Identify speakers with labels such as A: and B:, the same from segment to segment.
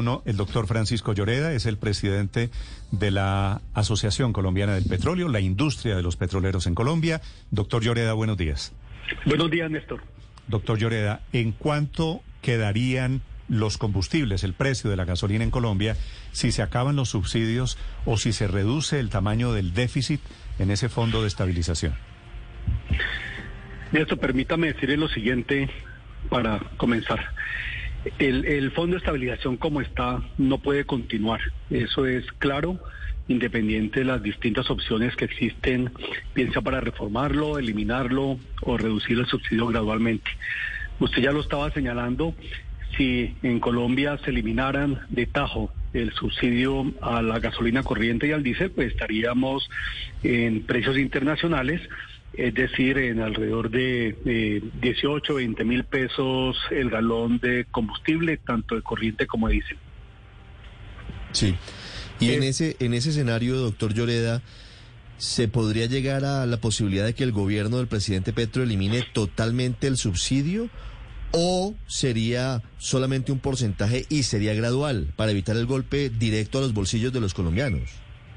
A: teléfono el doctor Francisco Lloreda, es el presidente de la Asociación Colombiana del Petróleo, la industria de los petroleros en Colombia. Doctor Lloreda, buenos días.
B: Buenos días, Néstor.
A: Doctor Lloreda, ¿en cuánto quedarían los combustibles, el precio de la gasolina en Colombia, si se acaban los subsidios o si se reduce el tamaño del déficit en ese fondo de estabilización?
B: Néstor, permítame decirle lo siguiente para comenzar. El fondo de estabilización como está no puede continuar, eso es claro, independiente de las distintas opciones que existen, piensa para reformarlo, eliminarlo o reducir el subsidio gradualmente. Usted ya lo estaba señalando, si en Colombia se eliminaran de tajo el subsidio a la gasolina corriente y al diésel, pues estaríamos en precios internacionales, es decir, en alrededor de 18, 20 mil pesos el galón de combustible, tanto de corriente como de diésel.
C: Sí, y en ese escenario, doctor Lloreda, ¿se podría llegar a la posibilidad de que el gobierno del presidente Petro elimine totalmente el subsidio o sería solamente un porcentaje y sería gradual para evitar el golpe directo a los bolsillos de los colombianos?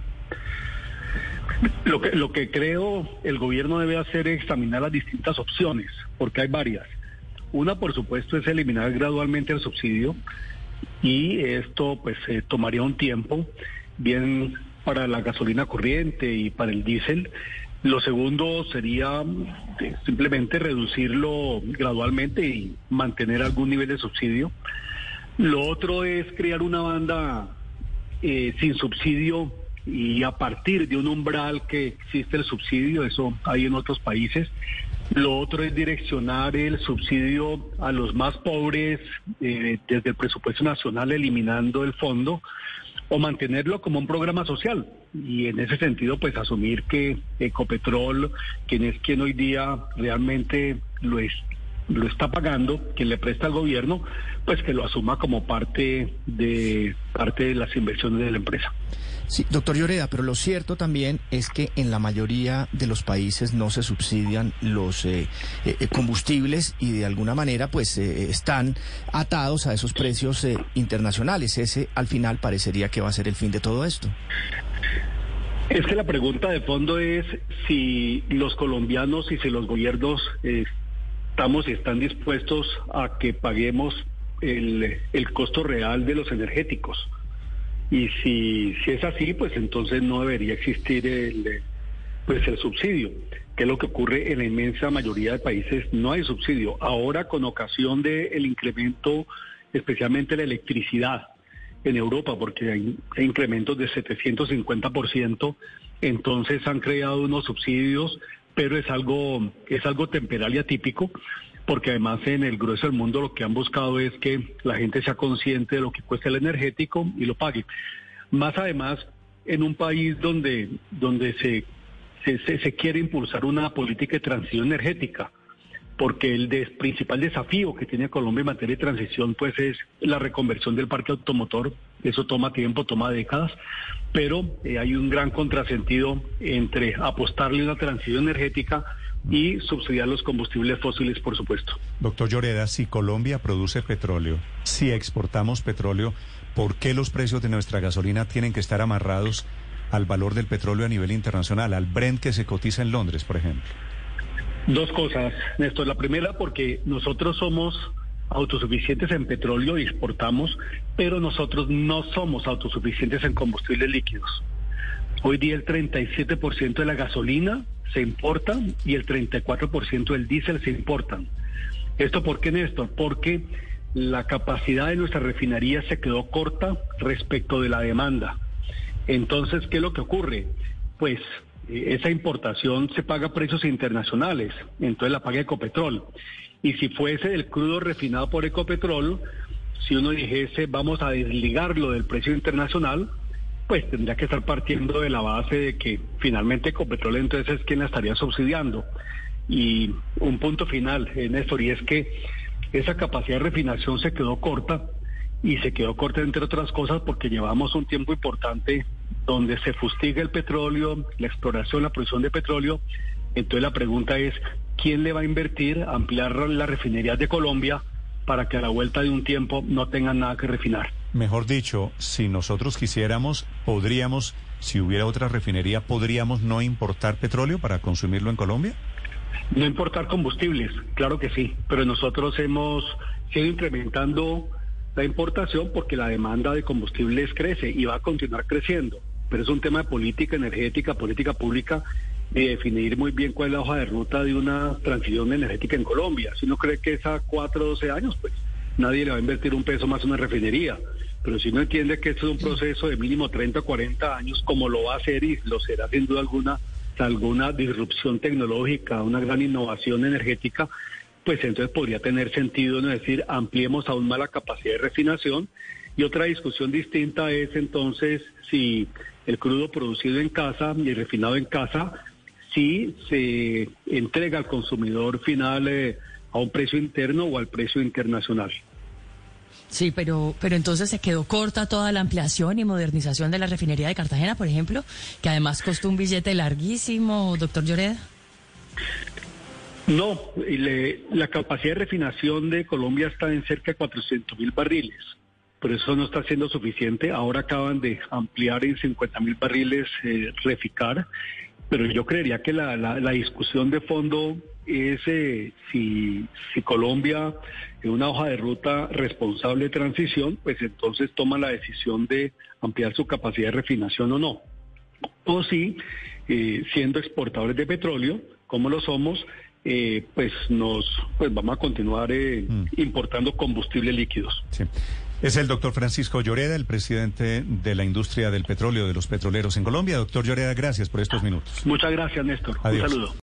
B: Lo que creo el gobierno debe hacer es examinar las distintas opciones, porque hay varias. Una, por supuesto, es eliminar gradualmente el subsidio y esto pues tomaría un tiempo, bien para la gasolina corriente y para el diésel. Lo segundo sería simplemente reducirlo gradualmente y mantener algún nivel de subsidio. Lo otro es crear una banda sin subsidio y a partir de un umbral que existe el subsidio, eso hay en otros países. Lo otro es direccionar el subsidio a los más pobres desde el presupuesto nacional, eliminando el fondo, o mantenerlo como un programa social. Y en ese sentido, pues asumir que Ecopetrol, quien hoy día realmente lo está pagando, quien le presta al gobierno, pues que lo asuma como parte de las inversiones de la empresa.
D: Sí, doctor Lloreda, pero lo cierto también es que en la mayoría de los países no se subsidian los combustibles y de alguna manera pues están atados a esos precios internacionales. Ese al final parecería que va a ser el fin de todo esto.
B: Es que la pregunta de fondo es si los colombianos y si los gobiernos están dispuestos a que paguemos el costo real de los energéticos. Y si es así, pues entonces no debería existir el subsidio, que es lo que ocurre en la inmensa mayoría de países, no hay subsidio. Ahora, con ocasión del incremento, especialmente la electricidad en Europa, porque hay incrementos de 750%, entonces han creado unos subsidios, pero es algo temporal y atípico, porque además en el grueso del mundo lo que han buscado es que la gente sea consciente de lo que cuesta el energético y lo pague. Más además en un país donde se quiere impulsar una política de transición energética, porque el principal desafío que tiene Colombia en materia de transición pues es la reconversión del parque automotor. Eso toma tiempo, toma décadas, pero hay un gran contrasentido entre apostarle a una transición energética y subsidiar los combustibles fósiles, por supuesto.
A: Doctor Lloreda, si Colombia produce petróleo, si exportamos petróleo, ¿por qué los precios de nuestra gasolina tienen que estar amarrados al valor del petróleo a nivel internacional, al Brent que se cotiza en Londres, por ejemplo?
B: Dos cosas, Néstor. La primera, porque nosotros somos autosuficientes en petróleo y exportamos, pero nosotros no somos autosuficientes en combustibles líquidos. Hoy día el 37% de la gasolina se importa y el 34% del diésel se importan. ¿Esto por qué, Néstor? Porque la capacidad de nuestra refinería se quedó corta respecto de la demanda. Entonces, ¿qué es lo que ocurre? Pues esa importación se paga a precios internacionales, entonces la paga Ecopetrol. Y si fuese del crudo refinado por Ecopetrol, si uno dijese vamos a desligarlo del precio internacional, pues tendría que estar partiendo de la base de que finalmente Ecopetrol entonces es quien la estaría subsidiando. Y un punto final, Néstor, y es que esa capacidad de refinación se quedó corta, y se quedó corta entre otras cosas porque llevamos un tiempo importante donde se fustiga el petróleo, la exploración, la producción de petróleo. Entonces la pregunta es, ¿quién le va a invertir a ampliar las refinerías de Colombia para que a la vuelta de un tiempo no tengan nada que refinar?
A: Mejor dicho, si nosotros quisiéramos, podríamos, si hubiera otra refinería, ¿podríamos no importar petróleo para consumirlo en Colombia?
B: No importar combustibles, claro que sí, pero nosotros hemos ido incrementando la importación porque la demanda de combustibles crece y va a continuar creciendo, pero es un tema de política energética, política pública, de definir muy bien cuál es la hoja de ruta de una transición energética en Colombia. Si uno cree que es a 4 o 12 años, pues nadie le va a invertir un peso más a una refinería. Pero si uno entiende que esto es un proceso de mínimo 30 o 40 años, como lo va a hacer y lo será sin duda alguna disrupción tecnológica, una gran innovación energética, pues entonces podría tener sentido, ¿no? Es decir, ampliemos aún más la capacidad de refinación. Y otra discusión distinta es entonces si el crudo producido en casa y refinado en casa, si se entrega al consumidor final a un precio interno o al precio internacional.
E: Sí, pero entonces se quedó corta toda la ampliación y modernización de la refinería de Cartagena, por ejemplo, que además costó un billete larguísimo, doctor Lloreda.
B: No, la capacidad de refinación de Colombia está en cerca de 400.000 barriles, pero eso no está siendo suficiente. Ahora acaban de ampliar en 50.000 barriles Reficar, pero yo creería que la discusión de fondo es si Colombia, en una hoja de ruta responsable de transición, pues entonces toma la decisión de ampliar su capacidad de refinación o no. O si, siendo exportadores de petróleo, como lo somos, pues vamos a continuar importando combustibles líquidos.
A: Sí. Es el doctor Francisco Lloreda, el presidente de la industria del petróleo, de los petroleros en Colombia. Doctor Lloreda, gracias por estos minutos.
B: Muchas gracias, Néstor.
A: Adiós.
B: Un saludo.